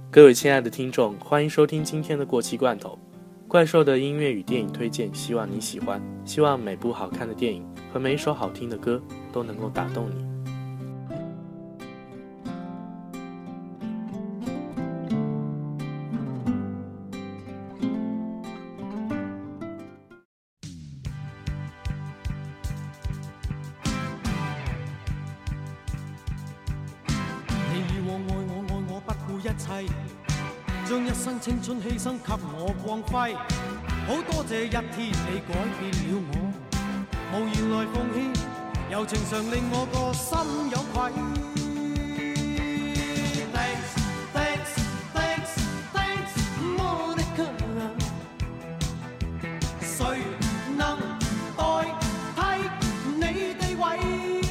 各位亲爱的听众，欢迎收听今天的过期罐头怪兽的音乐与电影推荐，希望你喜欢，希望每部好看的电影和每一首好听的歌都能够打动你。 將一生青春犧牲給我光輝，好多謝一天你改變了我，無言來奉獻，柔情常令我個心有愧。Thanks, thanks, thanks, thanks, Monica。誰能代替你地位？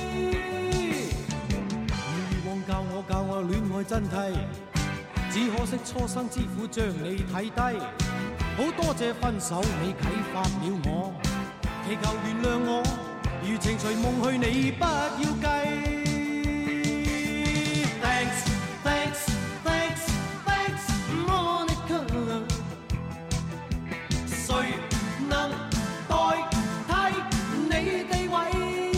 你以往教我戀愛真諦。只可惜初生之虎將你睇低，好多謝分手你啟發了我，祈求原諒我，如情隨夢去你不要計。Thanks, thanks, thanks, thanks, Monica。誰能代替你地位？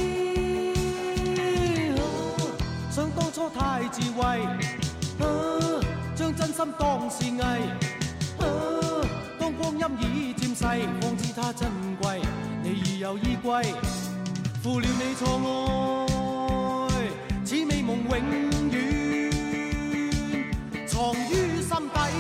想當初太智慧。將真心當是藝，當光陰已漸逝，方知它珍貴。你已有依歸，負了你錯愛，此美夢永遠藏於心底。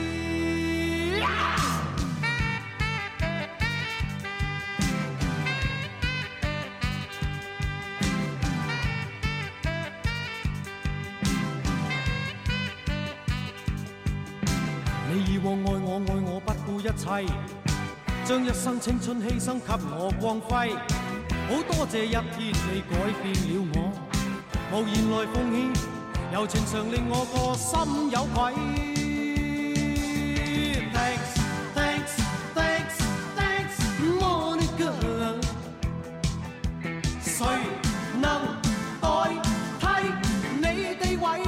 你以往愛我不顧一切，將一生青春犧牲給我光輝，好多謝一天你改變了我，無言來奉獻，柔情常令我個心有愧。Thanks, thanks, thanks, thanks, Monica。誰能代替你地位？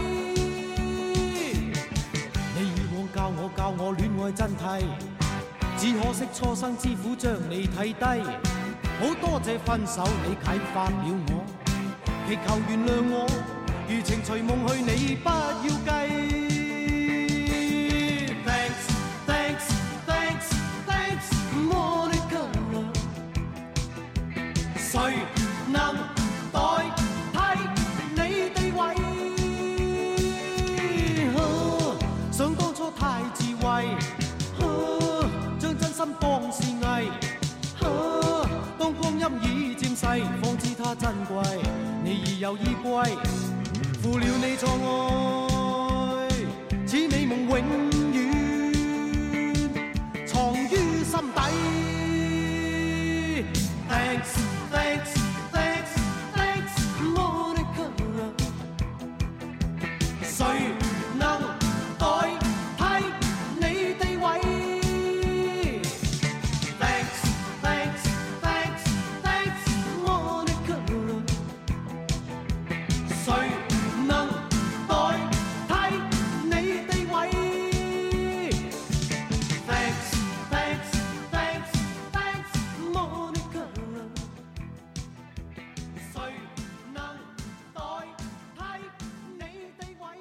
教我戀愛真諦，只可惜初生之虎將你睇低，好多謝分手你啟發了我，祈求原諒我，如情隨夢去你不要計。Thanks, thanks, thanks, thanks, Monica。誰能代替你地位？想當初太智慧，將真心當是藝，當光陰已漸逝，方知它珍貴。你已有依歸，負了你錯愛，此美夢永遠藏於心底。Thanks, thanks, thanks, thanks, Monica。誰能代替你地位？ Thanks, thanks, thanks, thanks, Monica。誰能代替你地位？ Thanks, thanks, thanks, thanks, Monica。誰能代替你地位？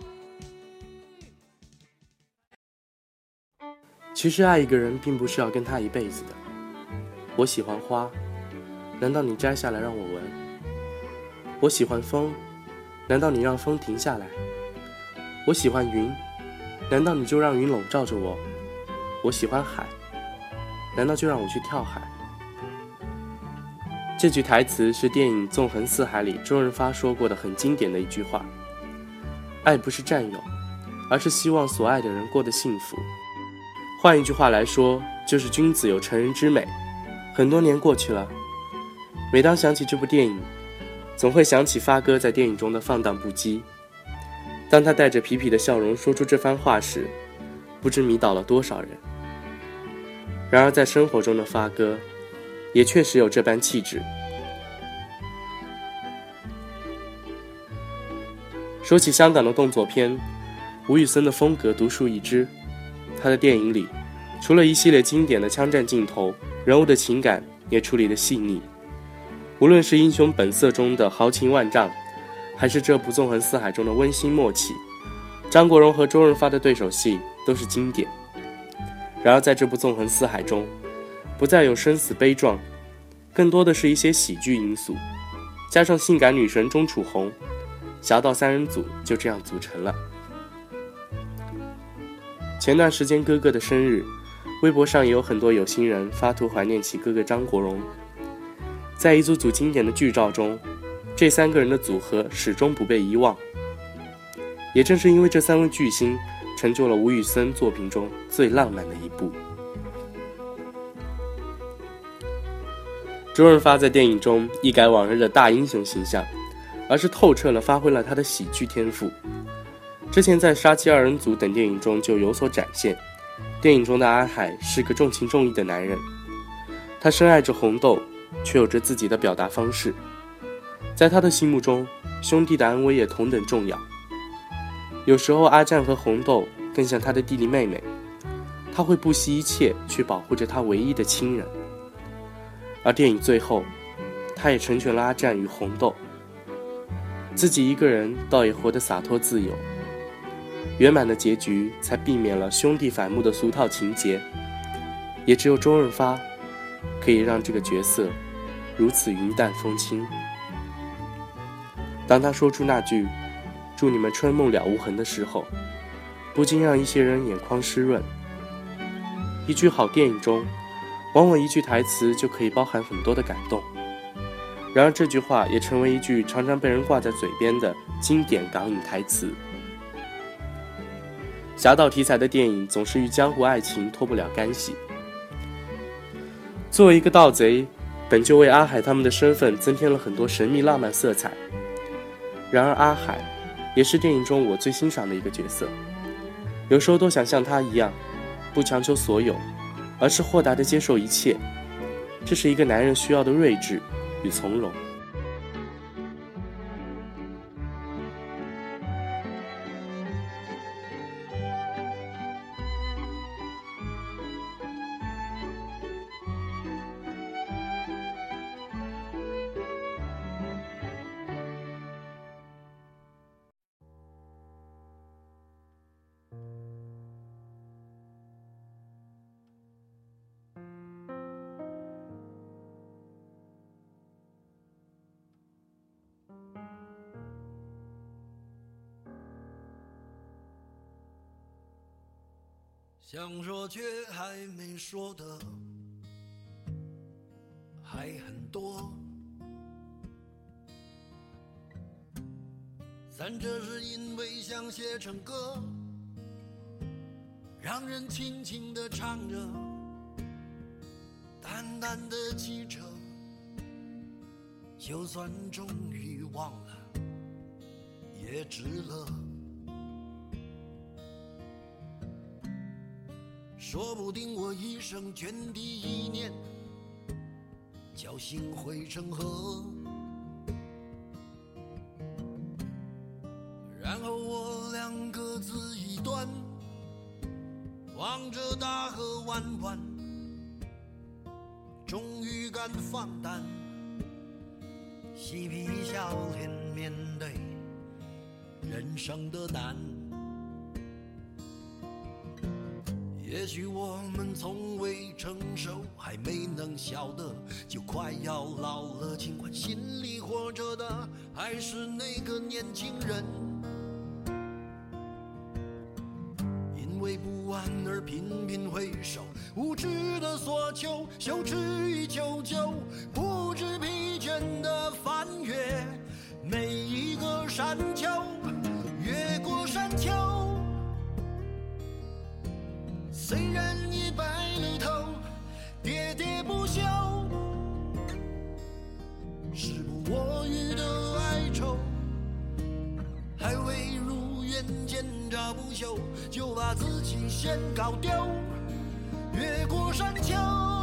其實愛一個人並不是要跟他一輩子的。我喜歡花，難道你摘下來讓我聞？我喜歡風，難道你讓風停下來？我喜歡雲，難道你就讓雲籠罩着我？我喜歡海，難道就讓我去跳海？這句台詞是電影《縱橫四海》裡周潤發說過的很經典的一句話。愛不是佔有，而是希望所愛的人過得幸福。換一句話來說，就是君子有成人之美。很多年過去了，每當想起這部電影，總會想起發哥在電影中的放蕩不羈。當他帶着痞痞的笑容說出這番話時，不知迷倒了多少人。然而在生活中的發哥，也確實有這般氣質。說起香港的動作片， 吴宇森的风格独树一帜，他的电影里除了一系列经典的枪战镜头，人物的情感也处理得细腻。无论是《英雄本色》中的豪情万丈，还是这部《纵横四海》中的温馨默契，张国荣和周润发的对手戏都是经典。然而在这部《纵横四海》中，不再有生死悲壮，更多的是一些喜剧因素，加上性感女神钟楚红，侠盗三人组就这样组成了。前段时间哥哥的生日，微博上也有很多有心人发图怀念起哥哥张国荣。在一组组经典的剧照中，这3个人的组合始终不被遗忘。也正是因为这3位巨星，成就了吴宇森作品中最浪漫的一部。周润发在电影中一改往日的大英雄形象，而是透彻地发挥了他的喜剧天赋。之前在《杀妻二人组》等电影中就有所展现。电影中的阿海是个重情重义的男人，他深爱着红豆，却有着自己的表达方式。在他的心目中，兄弟的安危也同等重要。有时候阿战和红豆更像他的弟弟妹妹，他会不惜一切去保护着他唯一的亲人。而电影最后，他也成全了阿战与红豆，自己一个人倒也活得洒脱自由。圆满的结局才避免了兄弟反目的俗套情节，也只有周润发可以让这个角色如此云淡风轻。当他说出那句“祝你们春梦了无痕”的时候，不禁让一些人眼眶湿润。一句好电影中，往往一句台词就可以包含很多的感动。然而这句话也成为一句常常被人挂在嘴边的经典港影台词。侠盗题材的电影总是与江湖爱情脱不了干系。作为一个盗贼，本就为阿海他们的身份增添了很多神秘浪漫色彩。然而阿海也是电影中我最欣赏的一个角色，有时候都想像他一样，不强求所有，而是豁达地接受一切。这是一个男人需要的睿智与从容。 想说却还没说的还很多，但这是因为想写成歌，让人轻轻地唱着，淡淡的记着，就算终于忘了也值了。说不定我一生涓滴一念，侥幸汇成河，然后我俩各自一端，望着大河弯弯，终于敢放胆，嬉皮笑脸面对人生的难。也许我们从未成熟，还没能晓得，就快要老了，尽管心里活着的还是那个年轻人。因为不安而频频回首，无知的索求，羞耻与求救，不知疲倦的翻越每一个山丘，越过山丘。虽然已白了头，喋喋不休，时不我予的哀愁，还未如愿见着不朽，就把自己先搞丢。越过山丘，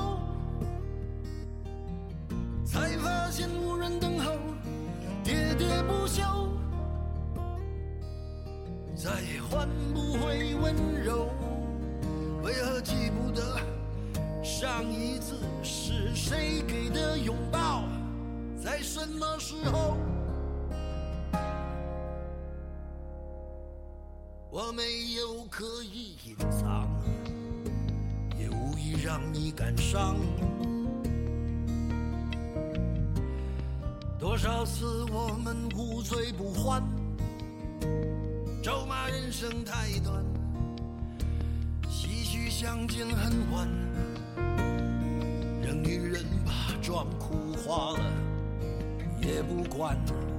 才发现无人等候，喋喋不休， 再换不回温柔，为何记不得上一次是谁给的拥抱，在什么时候？我没有刻意隐藏，也无意让你感伤。多少次我们无醉不欢，咒骂人生太短，唏嘘相见恨晚，任女人把妆哭花了也不管。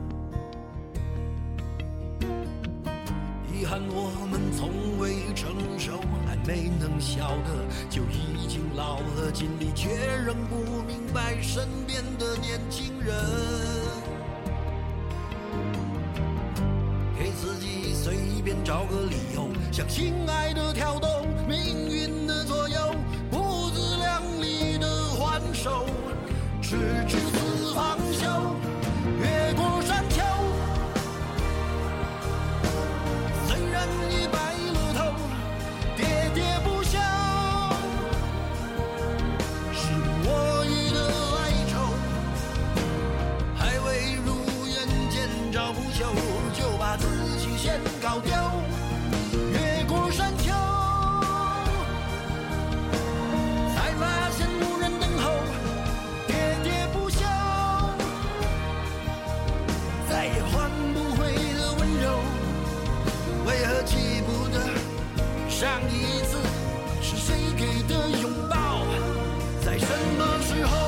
遗憾我们从未成熟，还没能晓得就已经老了，尽力却仍不明白身边的年轻人。给自己随便找个理由，向心爱的挑逗，命运的左右，不自量力的还手，直至死方休，越过山丘。虽然已白了头，喋喋不休，是我予的哀愁，还未如愿见着不朽，就把自己先搞丢。越过山丘，才发现无人等候，喋喋不休，再也换不回的温柔，为何记不得上一次是谁给的拥抱，在什么时候？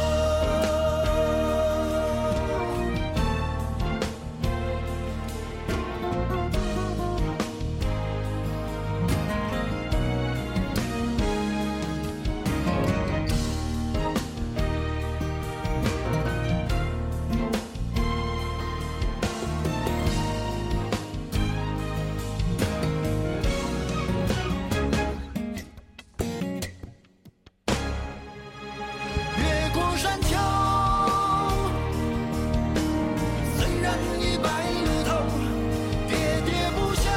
越过山丘，虽然已白了头，喋喋不休，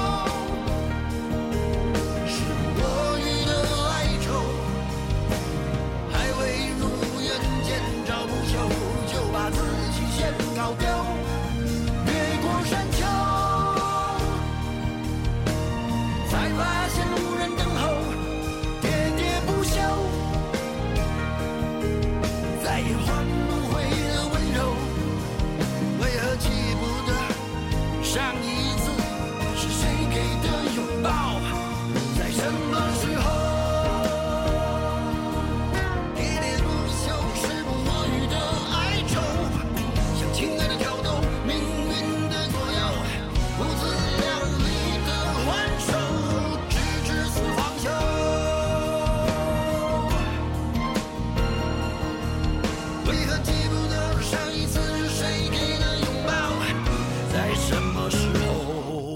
是我予的哀愁，还未如愿见着不朽，就把自己先搞丢。越过山丘，才发现无人等候，喋喋不休，再也换不回的温柔，为何记不得上一次是谁给的拥抱，在什么时候？喋喋不休是我予的哀愁，向亲爱的挑逗，命运的左右，不自量力的还手，直至死方休。为何记不得上一次是谁给的拥抱，在什么时候？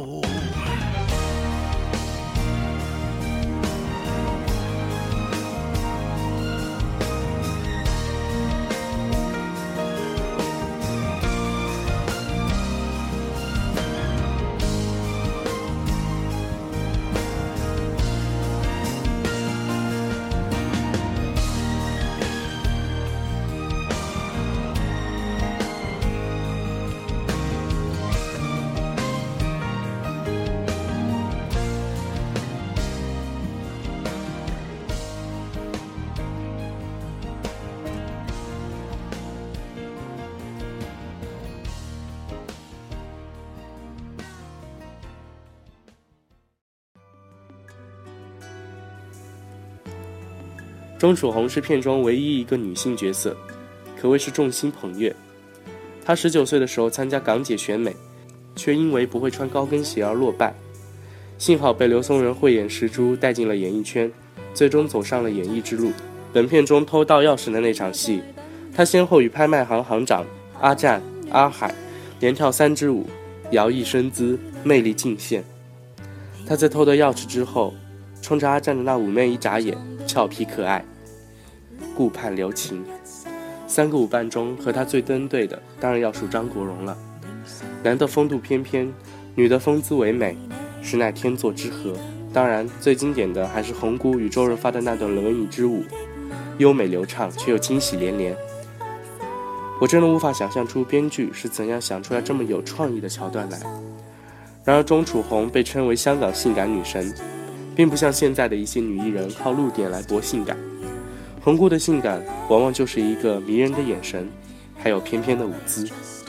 钟楚红是片中唯一一个女性角色，可谓是众星捧月。她19岁的时候参加港姐选美，却因为不会穿高跟鞋而落败。幸好被刘松仁慧眼识珠带进了演艺圈，最终走上了演艺之路。本片中偷盗钥匙的那场戏，她先后与拍卖行行长阿占、阿海连跳3支舞，摇曳身姿，魅力尽现。她在偷得钥匙之后，冲着阿占的那妩媚一眨眼，俏皮可爱，顾盼留情。3个舞伴中和他最登对的当然要数张国荣了。男的风度翩翩，女的风姿唯美， 实乃天作之合。当然最经典的还是红姑与周润发的那段轮椅之舞，优美流畅却又惊喜连连。我真的无法想象出编剧是怎样想出来这么有创意的桥段来。然而钟楚红被称为香港性感女神，并不像现在的一些女艺人靠露点来博性感。红姑的性感往往就是一个迷人的眼神，还有翩翩的舞姿。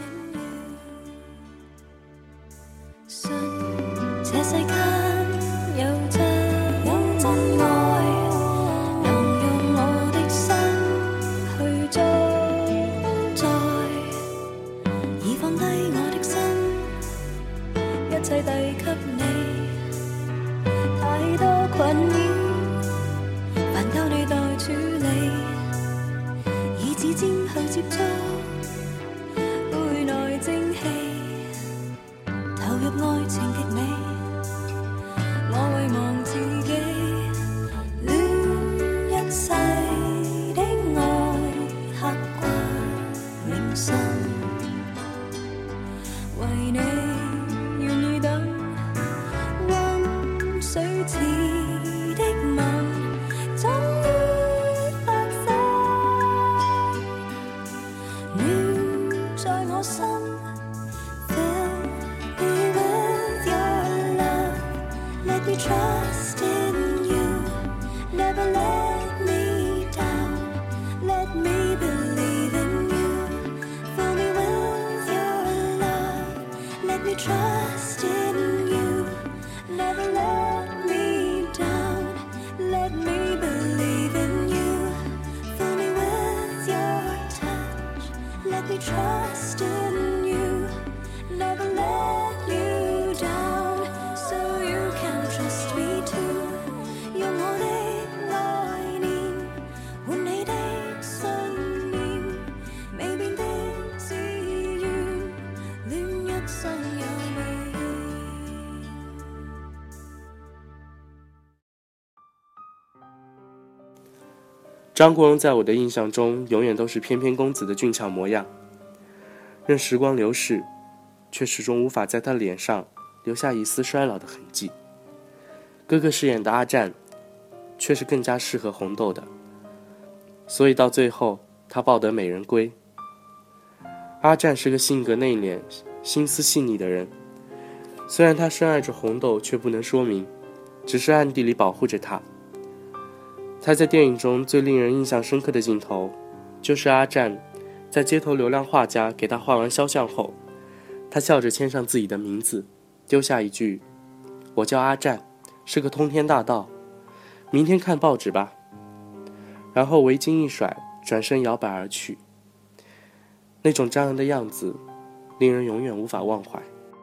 张国荣在我的印象中永远都是翩翩公子的俊俏模样，任时光流逝，却始终无法在他脸上留下一丝衰老的痕迹。哥哥饰演的阿战却是更加适合红豆的，所以到最后他抱得美人归。阿战是个性格内敛、心思细腻的人，虽然他深爱着红豆，却不能说明，只是暗地里保护着他。他在电影中最令人印象深刻的镜头，就是阿战在街头流浪画家给他画完肖像后，他笑着签上自己的名字，丢下一句：“我叫阿战，是个通天大盗，明天看报纸吧。”然后围巾一甩，转身摇摆而去。那种张扬的样子，令人永远无法忘怀。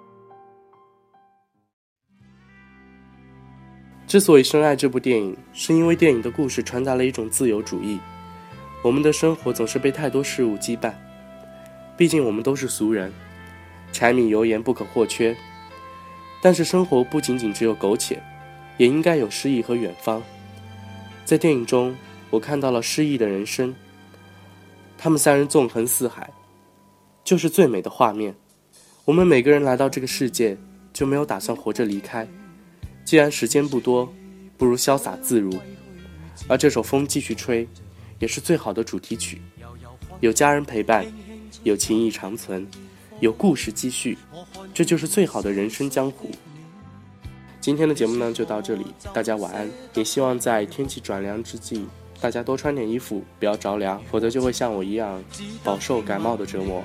之所以深爱这部电影，是因为电影的故事传达了一种自由主义。我们的生活总是被太多事物羁绊，毕竟我们都是俗人，柴米油盐不可或缺。但是生活不仅仅只有苟且，也应该有诗意和远方。在电影中，我看到了诗意的人生，他们三人纵横四海，就是最美的画面。我们每个人来到这个世界，就没有打算活着离开。既然时间不多，不如潇洒自如。而这首《风继续吹》也是最好的主题曲，有家人陪伴，有情谊长存，有故事继续，这就是最好的人生江湖。今天的节目呢就到这里，大家晚安。也希望在天气转凉之际，大家多穿点衣服，不要着凉，否则就会像我一样饱受感冒的折磨。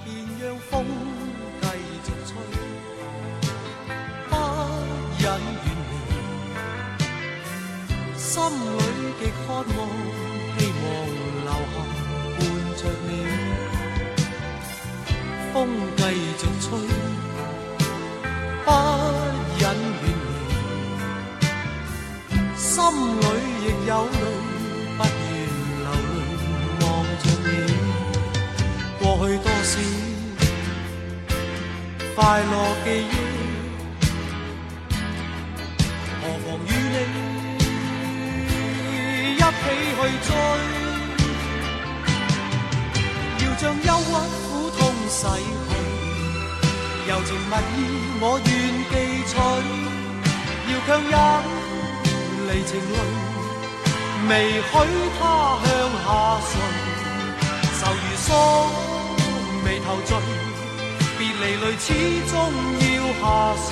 心裏極渴望，希望留下伴着你。風繼續吹，不忍遠離。心裏亦有淚，不願流淚望着你。過去多少快樂記憶，何妨與你一起去追，要將憂鬱苦痛洗去，柔情蜜意我願記取。 要強忍離情淚，未許他向下垂，愁如鎖眉頭聚，別離淚始終要下垂。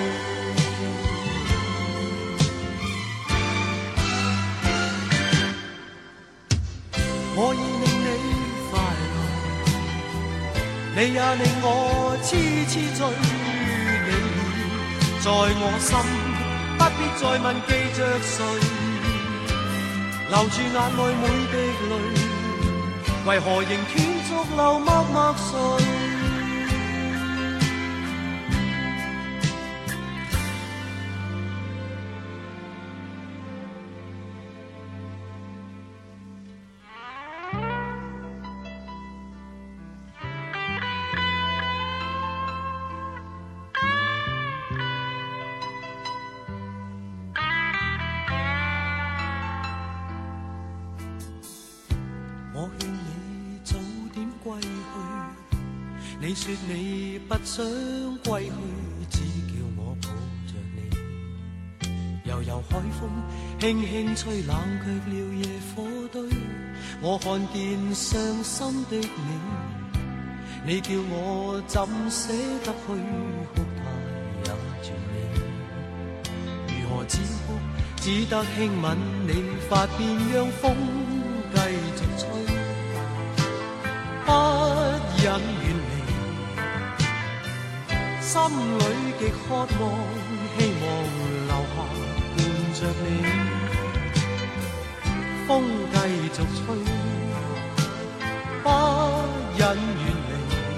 我已令你快樂，你也令我痴痴醉，你在我心，不必再問記着誰，留住眼內每滴淚，為何仍斷續流默默垂？我勸你早點歸去，你說你不想歸去，只叫我抱着你。悠悠海風輕輕吹，冷卻了野火堆。我看見傷心的你叫我怎捨得去，哭態也絕美。如何止哭，只得輕吻你髮邊，讓風繼續吹，不忍遠離，心裏極渴望，希望留下伴着你。風繼續吹，不忍遠離，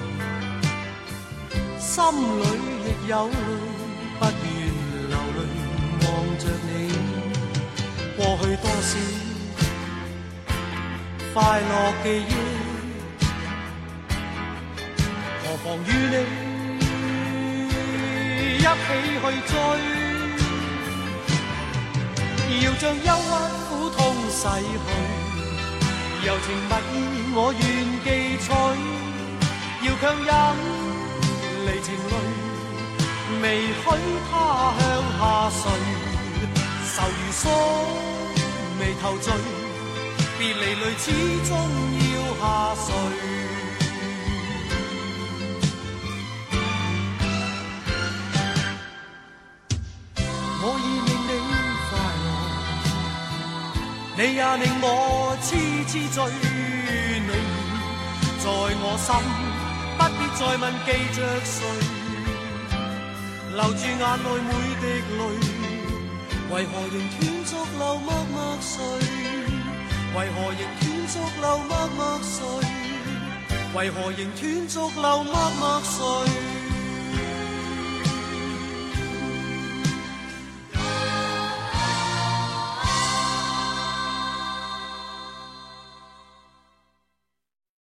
心裏亦有淚，不願流淚望着你。過去多少快樂記憶，何妨與你一起去追，要將憂鬱苦痛逝去，柔情蜜意我願記取，要強忍離情淚，未許他向下垂，愁如鎖眉頭聚，別離淚始終要下垂。我已令你快樂，你也令我痴痴醉，你在我心，不必再問記着誰，留住眼內每滴淚，為何仍斷續流默默垂？為何仍斷續流默默垂？為何仍斷續流默默垂？